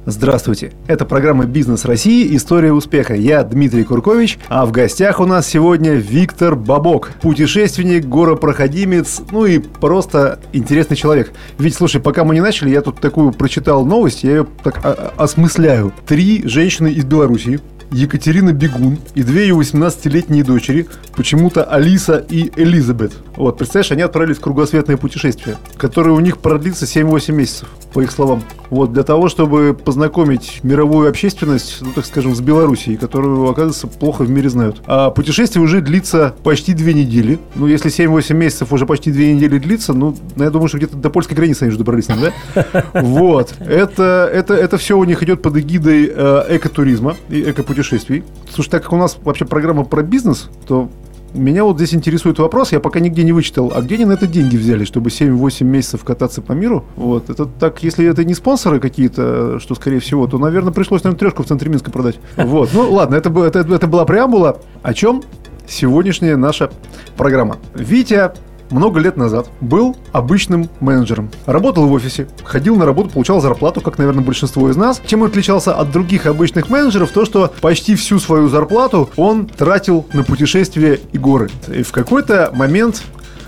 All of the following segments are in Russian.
Здравствуйте, это программа «Бизнес России. История успеха». Я Дмитрий Куркович, а в гостях у нас сегодня Виктор Бобок, путешественник, горопроходимец, ну и просто интересный человек. Ведь, слушай, пока мы не начали, я тут такую прочитал новость, я ее так осмысляю. 3 женщины из Белоруссии, Екатерина Бегун и 2 ее 18-летние дочери, почему-то Алиса и Элизабет. Вот, представляешь, они отправились в кругосветное путешествие, которое у них продлится 7-8 месяцев, по их словам. Вот, для того, чтобы познакомить мировую общественность, ну, так скажем, с Белоруссией, которую, оказывается, плохо в мире знают. А путешествие уже длится почти 2 недели. Ну, если 7-8 месяцев уже почти 2 недели длится, ну, я думаю, что где-то до польской границы они уже добрались, да? Вот. Это все у них идет под эгидой экотуризма и экопутешествий. Слушай, так как у нас вообще программа про бизнес, то меня вот здесь интересует вопрос, я пока нигде не вычитал, а где они на это деньги взяли, чтобы 7-8 месяцев кататься по миру? Вот, это так, если это не спонсоры какие-то, что скорее всего, то, наверное, пришлось, наверное, 3 в центре Минска продать. Вот, ну ладно, это была преамбула. О чем сегодняшняя наша программа? Витя много лет назад был обычным менеджером. Работал в офисе, ходил на работу, получал зарплату, как, наверное, большинство из нас. Чем он отличался от других обычных менеджеров? То, что почти всю свою зарплату он тратил на путешествия и горы. И в какой-то момент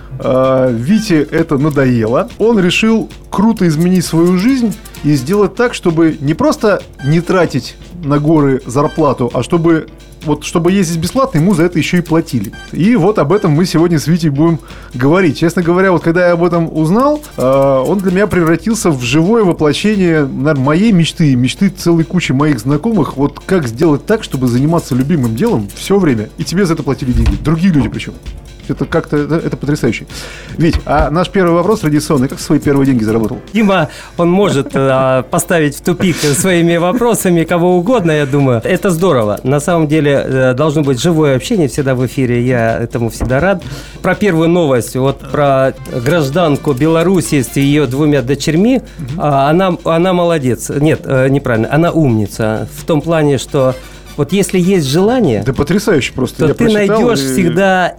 Вите это надоело. Он решил круто изменить свою жизнь и сделать так, чтобы не просто не тратить на горы зарплату, а чтобы ездить бесплатно, ему за это еще и платили. И вот об этом мы сегодня с Витей будем говорить. Честно говоря, вот когда я об этом узнал, он для меня превратился в живое воплощение, наверное, моей мечты, мечты целой кучи моих знакомых. Вот как сделать так, чтобы заниматься любимым делом все время, и тебе за это платили деньги. Другие люди причем. Это как-то, это потрясающе. Вить, а наш первый вопрос традиционный. Как свои первые деньги заработал? Дима, он может поставить в тупик своими вопросами кого угодно, я думаю. Это здорово. На самом деле должно быть живое общение всегда в эфире. Я этому всегда рад. Про первую новость, вот про гражданку Беларуси с ее 2 дочерьми. Она молодец. Нет, неправильно. Она умница. В том плане, что вот если есть желание, да потрясающе просто. То ты найдешь всегда,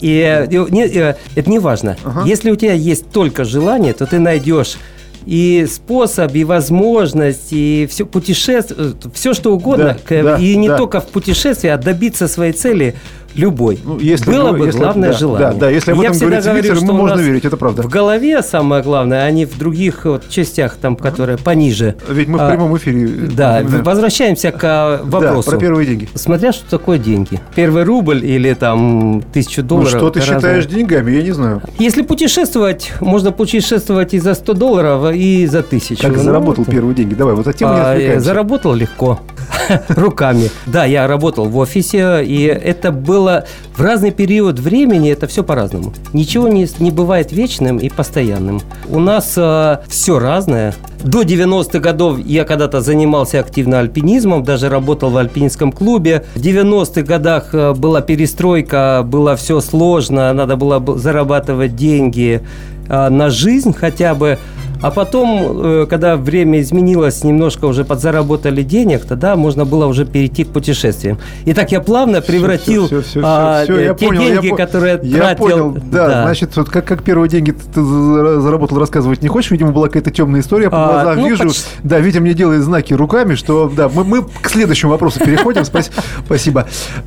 это не важно. Если у тебя есть только желание, то ты найдешь и способ, и возможность, и все путешествие, все что угодно, и не только в путешествии, а добиться своей цели любой. Ну, было бы главное желание. Да, если об этом говорит Виктор, ему можно верить, это правда. В голове самое главное, а не в других частях, там, которые пониже. Ведь мы в прямом эфире. Да, возвращаемся к вопросу. Да, про первые деньги. Смотря, что такое деньги. Первый рубль или там $1000. Ну, что ты считаешь деньгами, я не знаю. Если путешествовать, можно путешествовать и за $100, и за 1000. Как заработал первые деньги? Давай, вот от темы не отвлекаемся. Заработал легко. Руками. Да, я работал в офисе, и это было в разный период времени, это все по-разному. Ничего не бывает вечным и постоянным. У нас все разное. До 90-х годов я когда-то занимался активно альпинизмом, даже работал в альпинистском клубе. В 90-х годах была перестройка, было все сложно, надо было зарабатывать деньги на жизнь хотя бы. А потом, когда время изменилось, немножко уже подзаработали денег, тогда можно было уже перейти к путешествиям. И так я плавно превратил те деньги, которые я тратил. Я понял, да. Значит, вот как первые деньги ты заработал, рассказывать не хочешь? Видимо, была какая-то темная история, по глазам вижу. Да, Витя мне делает знаки руками, что да, мы к следующему вопросу переходим. Спасибо.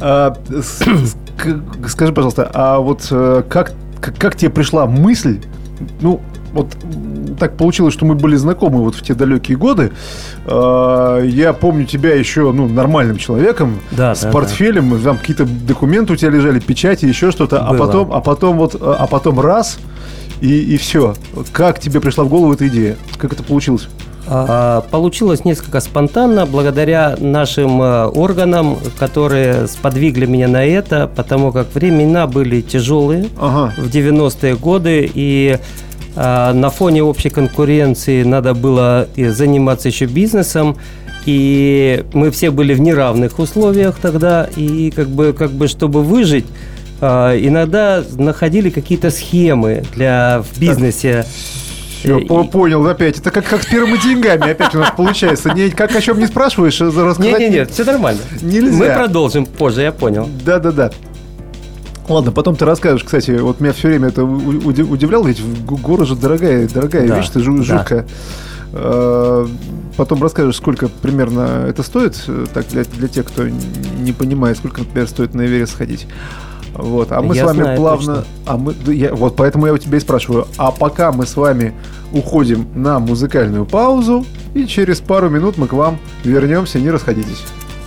Скажи, пожалуйста, а вот как тебе пришла мысль, ну, вот так получилось, что мы были знакомы вот в те далекие годы. Я помню тебя еще нормальным человеком, с портфелем, там какие-то документы у тебя лежали, печати, еще что-то, а потом раз и все. Как тебе пришла в голову эта идея? Как это получилось? Получилось несколько спонтанно, благодаря нашим органам, которые сподвигли меня на это, потому как времена были тяжелые в 90-е годы, и на фоне общей конкуренции надо было заниматься еще бизнесом, и мы все были в неравных условиях тогда, и как бы чтобы выжить, иногда находили какие-то схемы в бизнесе. Все, понял опять. Это как с первыми деньгами опять у нас получается. Как о чем не спрашиваешь, рассказать. Нет, все нормально. Нельзя. Мы продолжим позже, я понял. Да. Ладно, потом ты расскажешь. Кстати, вот меня все время это удивляло, ведь горы же дорогая вещь, это жутко. Потом расскажешь, сколько примерно это стоит, так для тех, кто не понимает, сколько, например, стоит на Эверест сходить. Вот. А мы с вами плавно... Вот поэтому я у тебя и спрашиваю. А пока мы с вами уходим на музыкальную паузу, и через пару минут мы к вам вернемся, не расходитесь.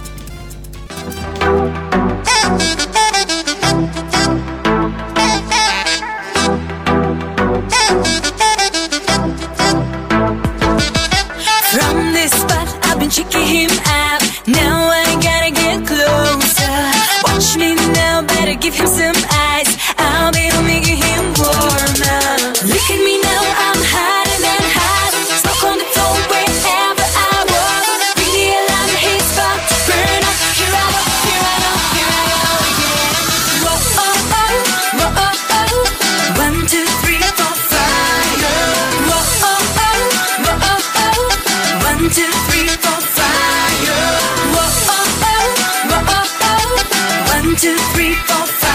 Give him some ice, I'll be making him warmer. Look at me now, I'm hotter than hot. Smoke on the floor wherever I walk. Really alarm, his spot to burn up. Here I go, here I go, here I go again. Whoa, oh, oh, whoa, oh, oh. 1, 2, 3, 4, fire. Whoa, oh, oh, whoa, oh, oh. 1, 2, 3, 4, fire. Whoa, oh, oh, whoa, oh, oh. 1, 2, 3, 4.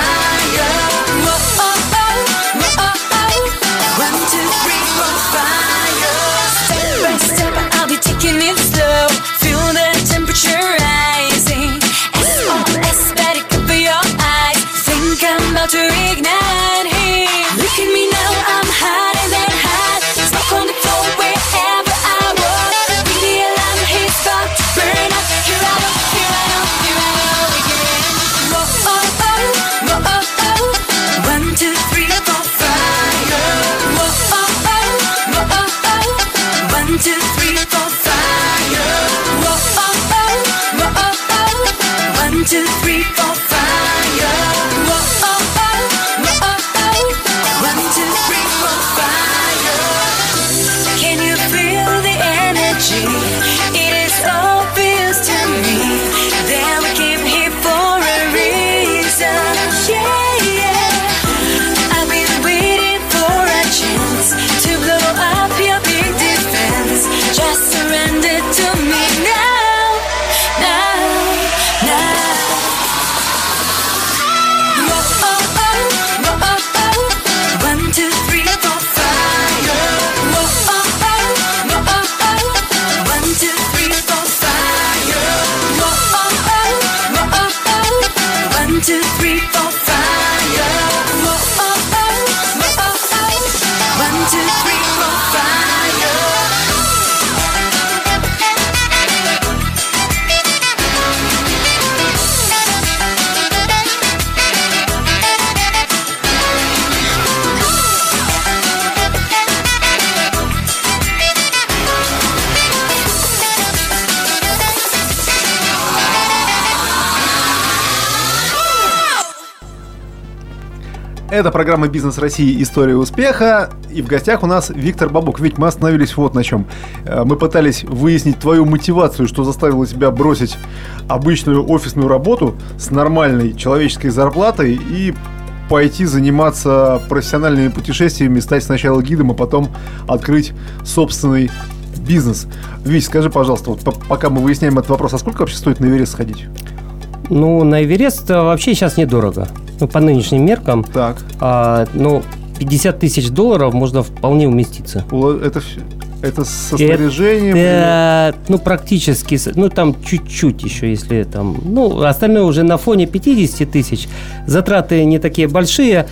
To ignite him. Look at me now, I'm hotter than hot. Smoke on the floor wherever I walk. Really alarm, his spot to burn up. Here I go, here I go, here I go again. Whoa, oh, oh, whoa, oh, oh. 1, 2, 3, 4, fire. Whoa, oh, oh, whoa, oh, oh. 1, 2, 3, 4, fire. Whoa, oh, oh, whoa, oh, oh. 1, 2, 3, 4, fire. Whoa. It is obvious to me that we came here for a reason. Yeah, yeah. I've been waiting for a chance to blow up your big defense. Just surrender to me now, now, now. Whoa, oh, oh, whoa, oh, oh. 1, 2, 3, 4, fire. Whoa, oh, oh, whoa, oh, oh. 1, 2, 3, 4, fire. Whoa, oh, oh, whoa, oh, oh. 1, 2, 3, 4, fire. Whoa, oh, oh, whoa, oh, oh. 1, 2, 3, 4, fire. Это программа «Бизнес России. История успеха». И в гостях у нас Виктор Бабок. Ведь мы остановились вот на чем. Мы пытались выяснить твою мотивацию, что заставило тебя бросить обычную офисную работу с нормальной человеческой зарплатой и пойти заниматься профессиональными путешествиями, стать сначала гидом, а потом открыть собственный бизнес. Вить, скажи, пожалуйста, вот пока мы выясняем этот вопрос, а сколько вообще стоит на Эверест сходить? Ну, на Эверест вообще сейчас недорого. Ну, по нынешним меркам. Так. Ну, $50 тысяч можно вполне уместиться. Это со снаряжением? Это, ну, практически. Ну, там чуть-чуть еще, если там... Ну, остальное уже на фоне 50 тысяч. Затраты не такие большие.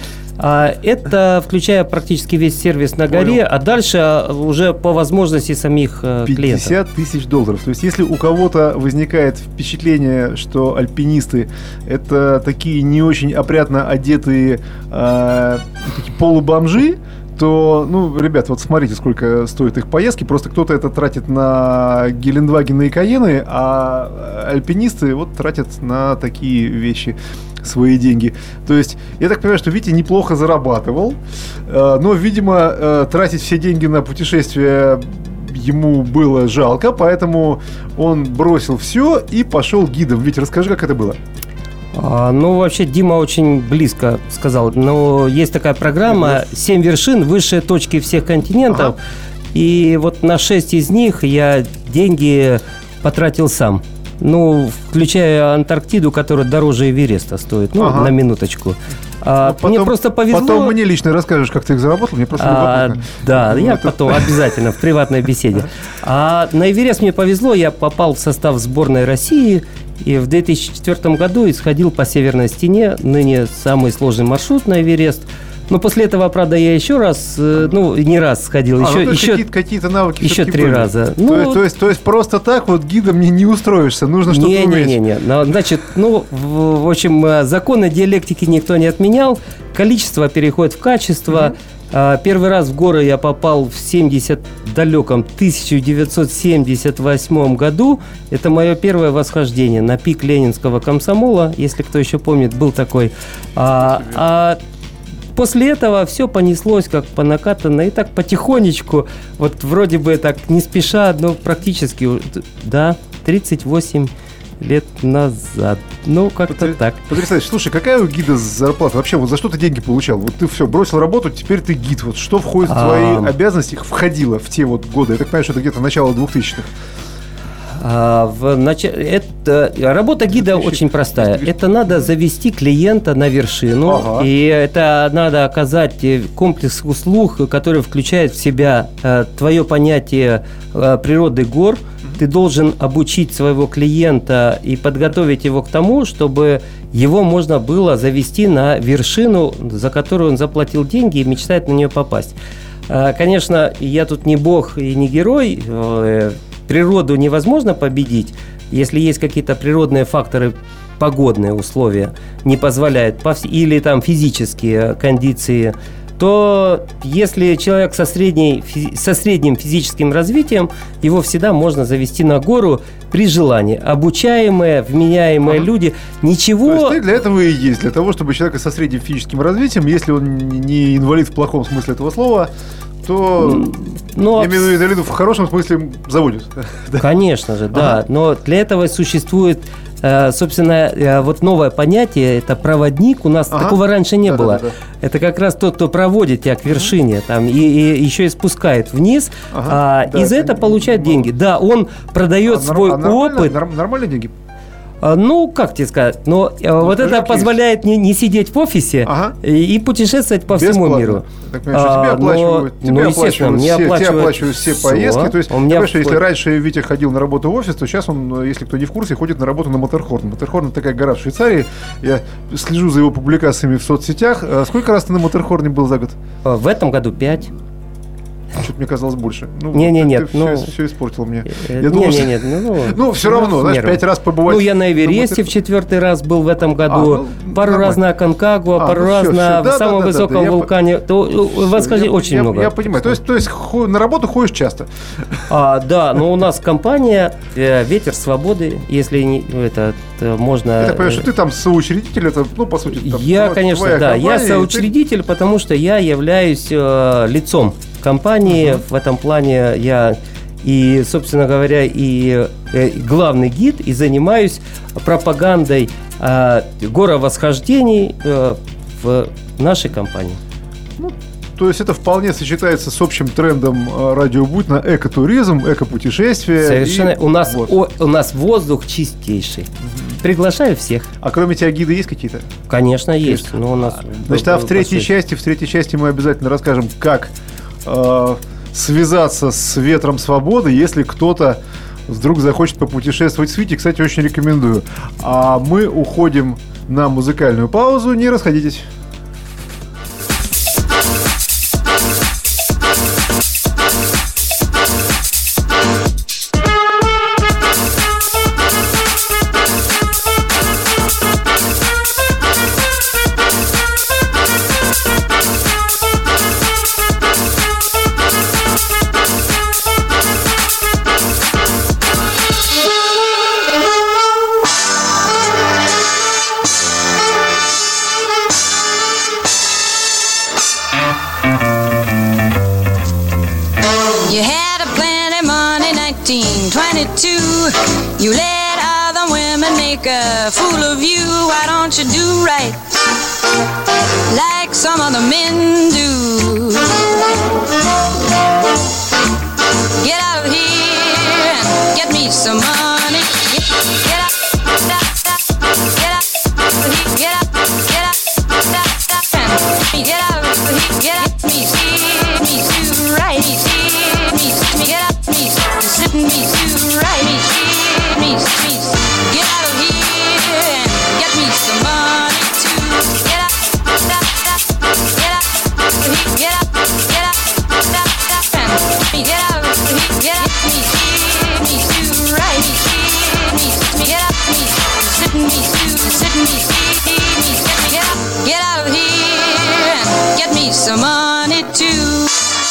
Это включая практически весь сервис на горе, Понял. а дальше уже по возможности самих клиентов. $50 тысяч. То есть, если у кого-то возникает впечатление, что альпинисты – это такие не очень опрятно одетые такие полубомжи, то, ну, ребят, вот смотрите, сколько стоят их поездки. Просто кто-то это тратит на Гелендвагены и Каены, а альпинисты вот тратят на такие вещи свои деньги. То есть, я так понимаю, что Витя неплохо зарабатывал, но, видимо, тратить все деньги на путешествия ему было жалко, поэтому он бросил все и пошел гидом. Витя, расскажи, как это было. Ну, вообще, Дима очень близко сказал. Но есть такая программа «7 вершин, высшие точки всех континентов». Ага. И вот на 6 из них я деньги потратил сам. Ну, включая Антарктиду, которая дороже Эвереста стоит. Ну, ага. На минуточку. Мне просто повезло. Потом мне лично расскажешь, как ты их заработал, мне просто любопытно. Да, я потом обязательно в приватной беседе. А на Эверест мне повезло, я попал в состав сборной России и в 2004 году исходил по Северной стене, ныне самый сложный маршрут на Эверест. Но после этого, правда, я еще раз, не раз сходил, еще какие-то навыки еще 3 были. раза. То есть просто так вот гидом не устроишься, нужно что-то уметь. Не. Значит, в общем, законы диалектики никто не отменял, количество переходит в качество. Первый раз в горы я попал в далеком 1978 году. Это мое первое восхождение на пик Ленинского комсомола, если кто еще помнит, был такой. После этого все понеслось как по накатанной, и так потихонечку, вот вроде бы так не спеша, но практически, 38 лет назад. Как-то так. Потрясающе. Слушай, какая у гида зарплата? Вообще, вот за что ты деньги получал? Вот ты все, бросил работу, теперь ты гид. Вот что входит в твои обязанности, входило в те вот годы? Я так понимаю, что это где-то начало 2000-х. Работа гида очень простая. Это надо завести клиента на вершину, и это надо оказать комплекс услуг, который включает в себя твое понятие природы гор. Ты должен обучить своего клиента и подготовить его к тому, чтобы его можно было завести на вершину, за которую он заплатил деньги и мечтает на нее попасть. Конечно, я тут не бог и не герой. Природу невозможно победить, если есть какие-то природные факторы, погодные условия не позволяют, или там физические кондиции, то если человек со средним физическим развитием, его всегда можно завести на гору при желании. Обучаемые, вменяемые люди, ничего... То есть ты для этого и есть, для того, чтобы человека со средним физическим развитием, если он не инвалид в плохом смысле этого слова, то, я имею в виду инвалидов в хорошем смысле, заводят. Конечно же, да. Но для этого существует, собственно, вот новое понятие, это проводник. У нас такого раньше не было. Это как раз тот, кто проводит тебя к вершине, там, и еще и спускает вниз, и за это получает деньги. Да, он продает свой опыт. Нормальные деньги? Как тебе сказать, но вот это позволяет не сидеть в офисе и путешествовать по всему миру. Так понимаешь, тебе оплачивают все поездки. То есть, понимаешь, если раньше Витя ходил на работу в офис, то сейчас он, если кто не в курсе, ходит на работу на Матерхорн. Матерхорн — это такая гора в Швейцарии. Я слежу за его публикациями в соцсетях. Сколько раз ты на Матерхорне был за год? В этом году 5. Что-то мне казалось больше. Нет. Все испортил мне. Нет. Все равно, знаешь, 5 раз побывать. Я на Эвересте в 4-й раз был в этом году. Пару раз на Аконкагуа, пару раз на самом высоком вулкане. Восхождений очень много. Я понимаю. То есть на работу ходишь часто? Да, но у нас компания «Ветер свободы», если это можно... Я так понимаю, что ты там соучредитель, это, по сути, я, конечно, да. Я соучредитель, потому что я являюсь лицом компании. В этом плане я и, собственно говоря, и главный гид, и занимаюсь пропагандой горовосхождений в нашей компании. То есть это вполне сочетается с общим трендом Радио Будь на экотуризм, экопутешествия. Совершенно. У нас воздух чистейший. Приглашаю всех. А кроме тебя гиды есть какие-то? Конечно, есть. Но у нас Значит, в третьей части мы обязательно расскажем, как связаться с ветром свободы, если кто-то вдруг захочет попутешествовать с Витей. Кстати, очень рекомендую. А мы уходим на музыкальную паузу. Не расходитесь. You let other women make a fool of you. Why don't you do right like some other men do? Get out of here and get me some money. Get out, get out, get out, get out, get out. up me, to right. Get up me, sit me, get out of here and get me some money too.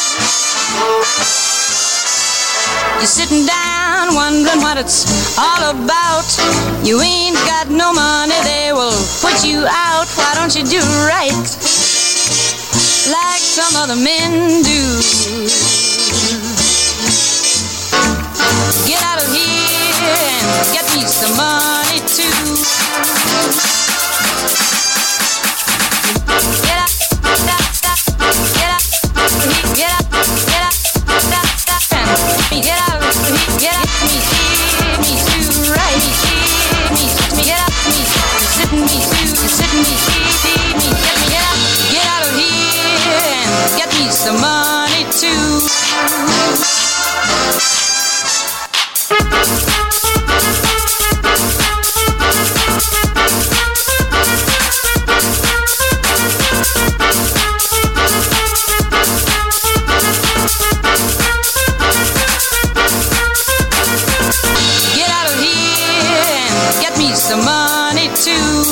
You're sitting down wondering what it's all about. You ain't got no money, they will put you out. Why don't you do right like some other men do? Get out of here and get me some money too. Get up, get up, get up, get up, get out of here, get up me to right. Get up me, sit me, get out of here and get me some money too. Get out of here and get me some money too.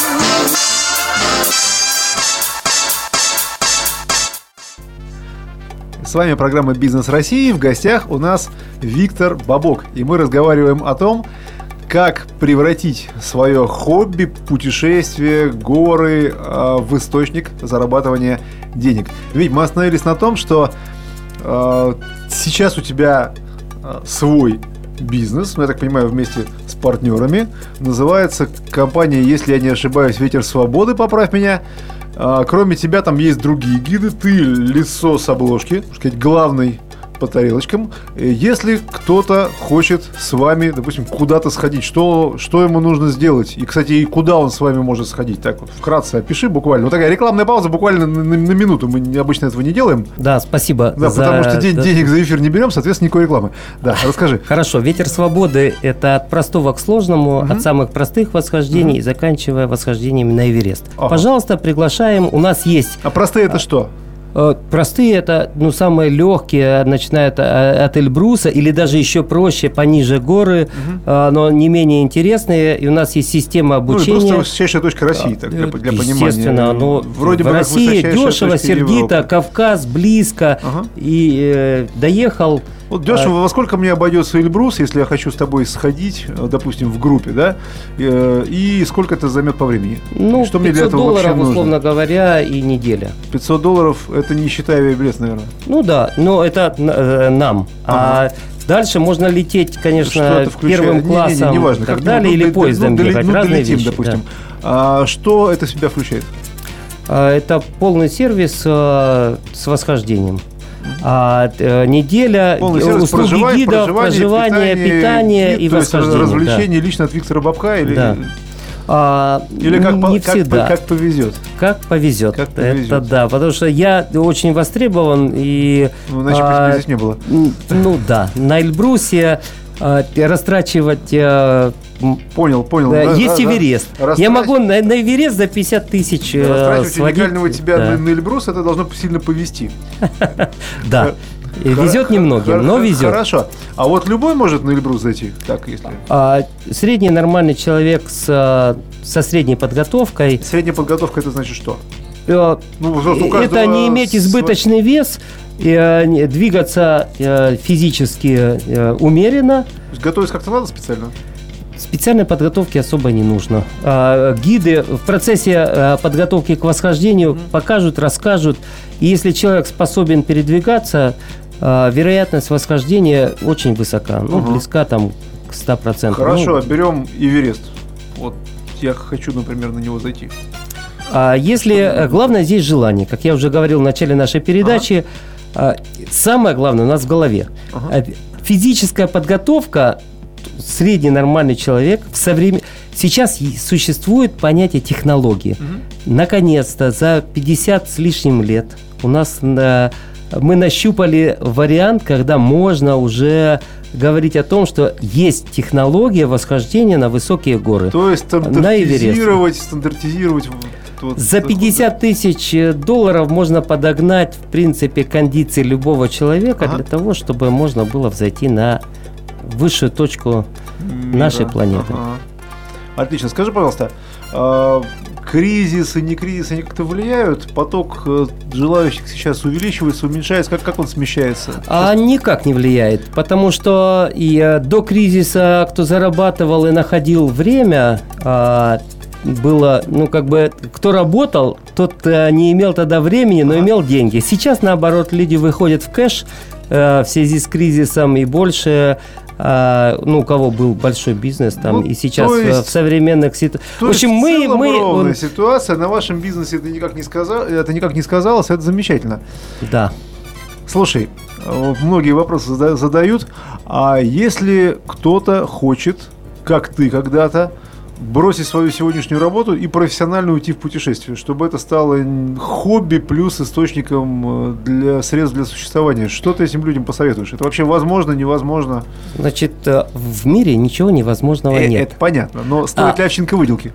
С вами программа «Бизнес России». В гостях у нас Виктор Бабок. И мы разговариваем о том, как превратить свое хобби, путешествие, горы в источник зарабатывания денег. Ведь мы остановились на том, что сейчас у тебя свой бизнес, я так понимаю, вместе с партнерами. Называется компания, если я не ошибаюсь, «Ветер свободы», поправь меня. Кроме тебя там есть другие гиды, ты лицо с обложки, так сказать, главный по тарелочкам. Если кто-то хочет с вами, допустим, куда-то сходить, что ему нужно сделать? И, кстати, и куда он с вами может сходить? Так вот, вкратце опиши буквально. Вот такая рекламная пауза буквально на минуту. Мы обычно этого не делаем. Да, спасибо. Да, потому что денег за эфир не берем, соответственно, никакой рекламы. Да, расскажи. Хорошо. «Ветер свободы» — это от простого к сложному, от самых простых восхождений и заканчивая восхождениями на Эверест. Пожалуйста, приглашаем. У нас есть... А простые это что? Простые — это самые легкие, начиная от Эльбруса, или даже еще проще, пониже горы, но не менее интересные. И у нас есть система обучения. Просто высочайшая точка России, так, для понимания. Естественно, но вроде в России дешево, сердито, Европы. Кавказ близко, и доехал. Вот дешево, во сколько мне обойдется Эльбрус, если я хочу с тобой сходить, допустим, в группе, да? И сколько это займет по времени? Что мне для этого вообще нужно? $500, условно говоря, и неделя. $500 это не считая авиабилет, наверное. Ну да, но это нам. А дальше можно лететь, конечно, первым классом неважно, и так далее, или поездом ехать. Разные вещи. Допустим. А что это в себя включает? Это полный сервис с восхождением. Неделя, услуги гидов, проживание, питание и восхождение. Развлечения лично от Виктора Бабка или не всегда. Как повезет. Как повезет. Это да, потому что я очень востребован и. Иначе бы здесь не было. Ну да, на Эльбрусе растрачивать. Понял. Да, есть Эверест. Я могу на Эверест за 50 тысяч растрачивать уникального тебя на Эльбрус, это должно сильно повезти. Да. Везет немногим, но везет. Хорошо. А вот любой может на Эльбрус зайти? Так, если... Средний нормальный человек со средней подготовкой. Средняя подготовка — это значит что? Это не иметь избыточный вес, двигаться физически умеренно. Готовиться как-то надо специально? Специальной подготовки особо не нужно. Гиды в процессе подготовки к восхождению покажут, расскажут. И если человек способен передвигаться, вероятность восхождения очень высока. Близка там к 100%. Хорошо, берем Эверест. Вот я хочу, например, на него зайти. Главное здесь желание. Как я уже говорил в начале нашей передачи, самое главное у нас в голове. Физическая подготовка. Средний нормальный человек сейчас существует понятие технологии. Наконец-то за 50 с лишним лет у нас мы нащупали вариант, когда можно уже говорить о том, что есть технология восхождения на высокие горы. То есть стандартизировать За 50 тысяч долларов можно подогнать, в принципе, кондиции любого человека для того, чтобы можно было взойти на высшую точку нашей планеты. Отлично. Скажи, пожалуйста, кризисы, не кризисы, они как-то влияют? Поток желающих сейчас увеличивается, уменьшается? Как он смещается? Никак не влияет, потому что и до кризиса, кто зарабатывал и находил время, было, кто работал, тот не имел тогда времени, но имел деньги. Сейчас, наоборот, люди выходят в кэш в связи с кризисом и больше... у кого был большой бизнес там, и сейчас в современных ситуациях. В общем, ровная ситуация, на вашем бизнесе это никак не сказалось, это замечательно. Да. Слушай, многие вопросы задают, а если кто-то хочет, как ты когда-то, бросить свою сегодняшнюю работу и профессионально уйти в путешествие, чтобы это стало хобби плюс источником средств для существования. Что ты этим людям посоветуешь? Это вообще возможно, невозможно? Значит, в мире ничего невозможного нет. Это понятно, но стоит ли овчинка выделки?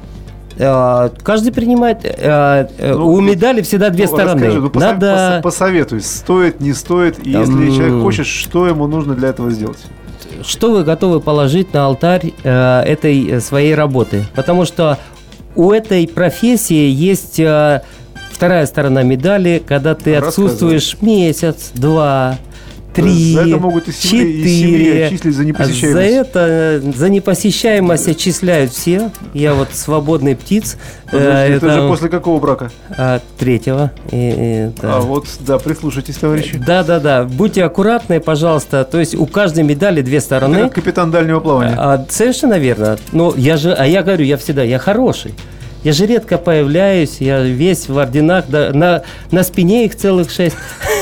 Каждый принимает... у медали всегда две стороны. Расскажи, посоветуй, стоит, не стоит, и если человек хочет, что ему нужно для этого сделать? Что вы готовы положить на алтарь этой своей работы? Потому что у этой профессии есть вторая сторона медали, когда ты отсутствуешь месяц, 2, 3, за это могут и 4. Отчислить за непосещаемость. За непосещаемость отчисляют все. Я вот свободный птиц. Это же после какого брака? 3-го. Прислушайтесь, товарищи. Да. Будьте аккуратны, пожалуйста. То есть у каждой медали две стороны. Ты как капитан дальнего плавания. Совершенно верно. Но я говорю, я хороший. Я же редко появляюсь, я весь в орденах, на спине их целых 6.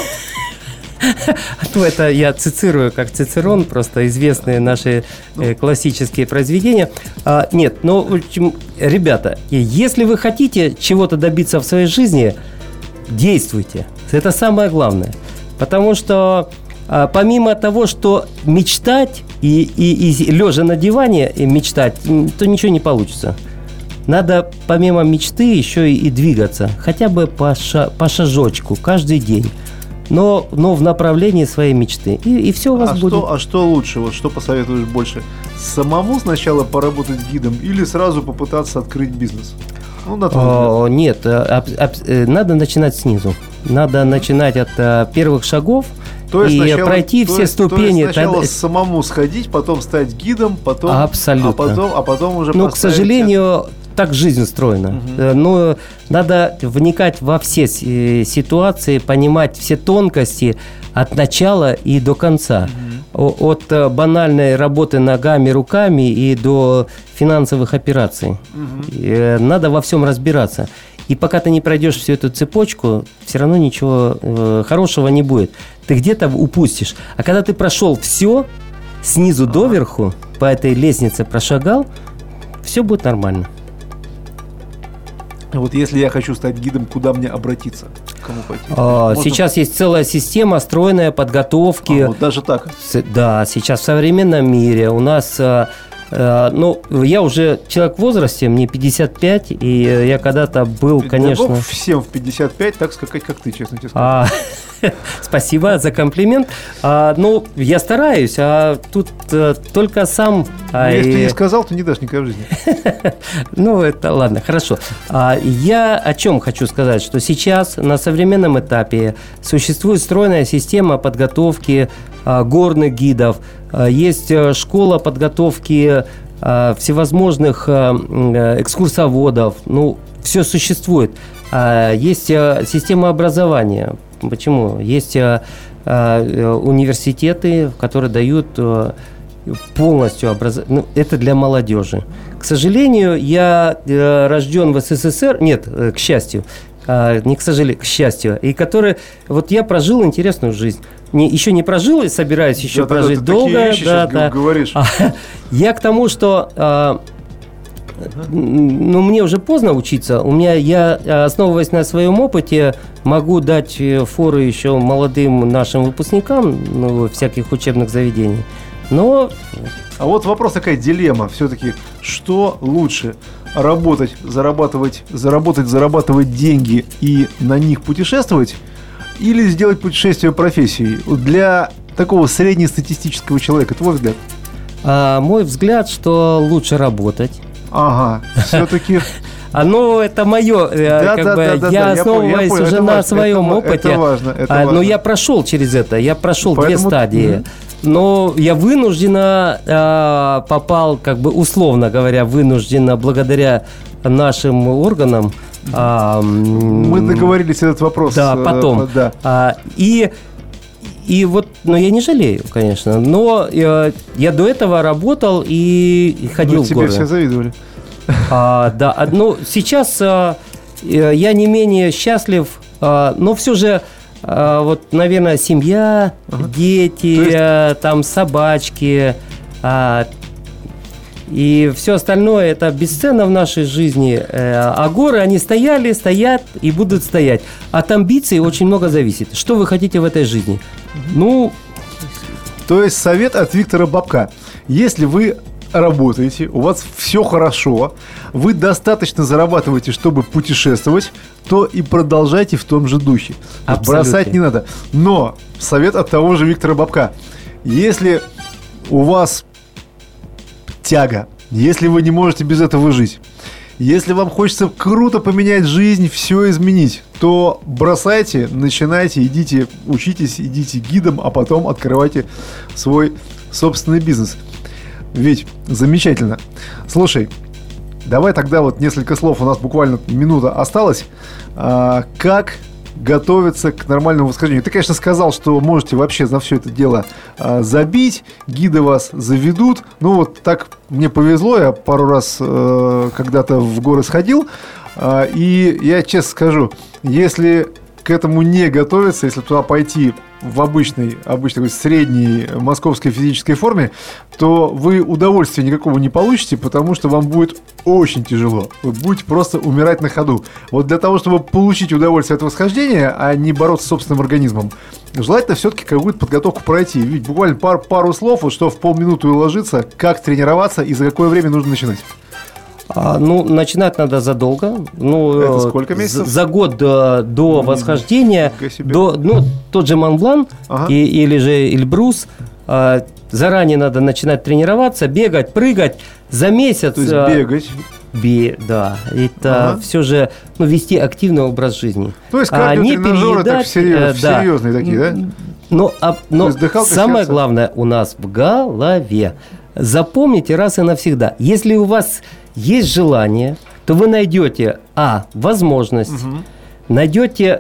Это я цитирую как Цицерон, просто известные наши классические произведения. Нет, ребята, если вы хотите чего-то добиться в своей жизни, действуйте. Это самое главное. Потому что помимо того, что мечтать и лежа на диване и мечтать, то ничего не получится. Надо помимо мечты еще и двигаться. Хотя бы по шажочку каждый день. Но в направлении своей мечты. И все у вас будет. Что лучше? Вот что посоветуешь больше? Самому сначала поработать гидом или сразу попытаться открыть бизнес? Нет, надо начинать снизу. Надо начинать от первых шагов. Пройти все ступени. То есть сначала самому сходить, потом стать гидом, потом... Абсолютно. А потом уже к сожалению, так жизнь устроена. Но надо вникать во все ситуации, понимать все тонкости от начала и до конца. От банальной работы ногами, руками и до финансовых операций. Надо во всем разбираться. И пока ты не пройдешь всю эту цепочку, все равно ничего хорошего не будет. Ты где-то упустишь. А когда ты прошел все, снизу доверху, по этой лестнице прошагал, все будет нормально. Вот если я хочу стать гидом, куда мне обратиться? К кому пойти? Сейчас есть целая система стройной подготовки. Вот даже так? Да, сейчас в современном мире у нас... я уже человек в возрасте, мне 55, и я когда-то был, конечно... Всем в 55 так скакать, как ты, честно тебе скажу. Спасибо за комплимент. Я стараюсь, а тут только сам... Если ты не сказал, то не дашь никогда в жизни. Это ладно, хорошо. Я о чем хочу сказать, что сейчас на современном этапе существует стройная система подготовки горных гидов. Есть школа подготовки всевозможных экскурсоводов. Все существует. Есть система образования. Почему? Есть университеты, которые дают полностью образование. Это для молодежи. К сожалению, я рожден в СССР. Нет, к счастью. Не к сожалению, к счастью. И который... я прожил интересную жизнь. Еще не прожил и собираюсь еще прожить долго. Говоришь. Я к тому, что... мне уже поздно учиться. Я, основываясь на своем опыте, могу дать фору еще молодым нашим выпускникам всяких учебных заведений. А вот вопрос, такая дилемма. Все-таки, что лучше? работать, зарабатывать деньги и на них путешествовать, или сделать путешествие профессией? Для такого среднестатистического человека, твой взгляд? Мой взгляд, что лучше работать. Ага, все-таки... Это мое, я основываюсь уже на своем опыте. Это важно. Но я прошел через это, я прошел две стадии. Но я вынужденно попал, условно говоря, благодаря нашим органам. Мы договорились этот вопрос. Да, потом. Но я не жалею, конечно. Но я до этого работал и ходил в горы. Тебе все завидовали. Сейчас я не менее счастлив, но все же, наверное, семья, дети, там собачки и все остальное, это бесценно в нашей жизни. А горы, они стоят и будут стоять. От амбиций очень много зависит. Что вы хотите в этой жизни? То есть совет от Виктора Бобка. Если вы работаете, у вас все хорошо, вы достаточно зарабатываете, чтобы путешествовать, то и продолжайте в том же духе. Бросать не надо. Но совет от того же Виктора Бобка. Если у вас тяга, если вы не можете без этого жить, если вам хочется круто поменять жизнь, все изменить, то бросайте, начинайте, идите, учитесь, идите гидом, а потом открывайте свой собственный бизнес. Ведь замечательно. Слушай, давай тогда несколько слов, у нас буквально минута осталась. Как готовиться к нормальному восхождению? Ты, конечно, сказал, что можете вообще за все это дело забить, гиды вас заведут. Так мне повезло, я пару раз когда-то в горы сходил, и я честно скажу, если к этому не готовиться, если туда пойти в обычной средней московской физической форме, то вы удовольствия никакого не получите, потому что вам будет очень тяжело. Вы будете просто умирать на ходу. Для того, чтобы получить удовольствие от восхождения, а не бороться с собственным организмом, желательно все-таки какую-то подготовку пройти. Ведь буквально пару слов, что в полминуты уложиться, как тренироваться и за какое время нужно начинать. Начинать надо задолго. Это сколько месяцев? За год до восхождения. Тот же Монблан или же Эльбрус. Заранее надо начинать тренироваться, бегать, прыгать. За месяц... То есть бегать. Да. Это все же вести активный образ жизни. То есть кардиотренажеры так серьезные такие, да? Но самое главное у нас в голове. Запомните раз и навсегда. Если у вас есть желание, то вы найдете возможность, найдете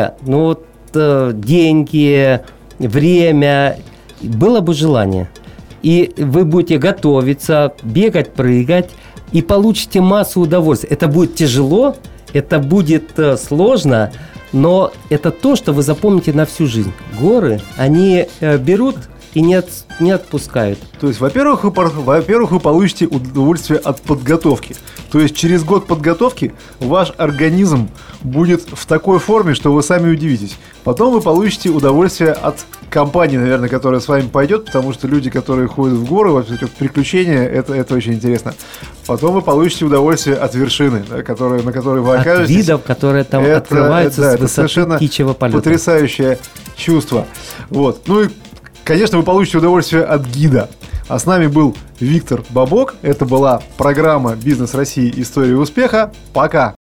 деньги, время, было бы желание. И вы будете готовиться, бегать, прыгать, и получите массу удовольствия. Это будет тяжело, это будет сложно, но это то, что вы запомните на всю жизнь. Горы, они берут и не отпускают. То есть, во-первых, вы получите удовольствие от подготовки. То есть, через год подготовки ваш организм будет в такой форме, что вы сами удивитесь. Потом вы получите удовольствие от компании, наверное, которая с вами пойдет, потому что люди, которые ходят в горы, приключения, это очень интересно. Потом вы получите удовольствие от вершины, на которой вы окажетесь. От видов, которые там открываются с высоты птичьего полета. Потрясающее чувство. И конечно, вы получите удовольствие от гида. А с нами был Виктор Бобок. Это была программа «Бизнес России. История успеха». Пока!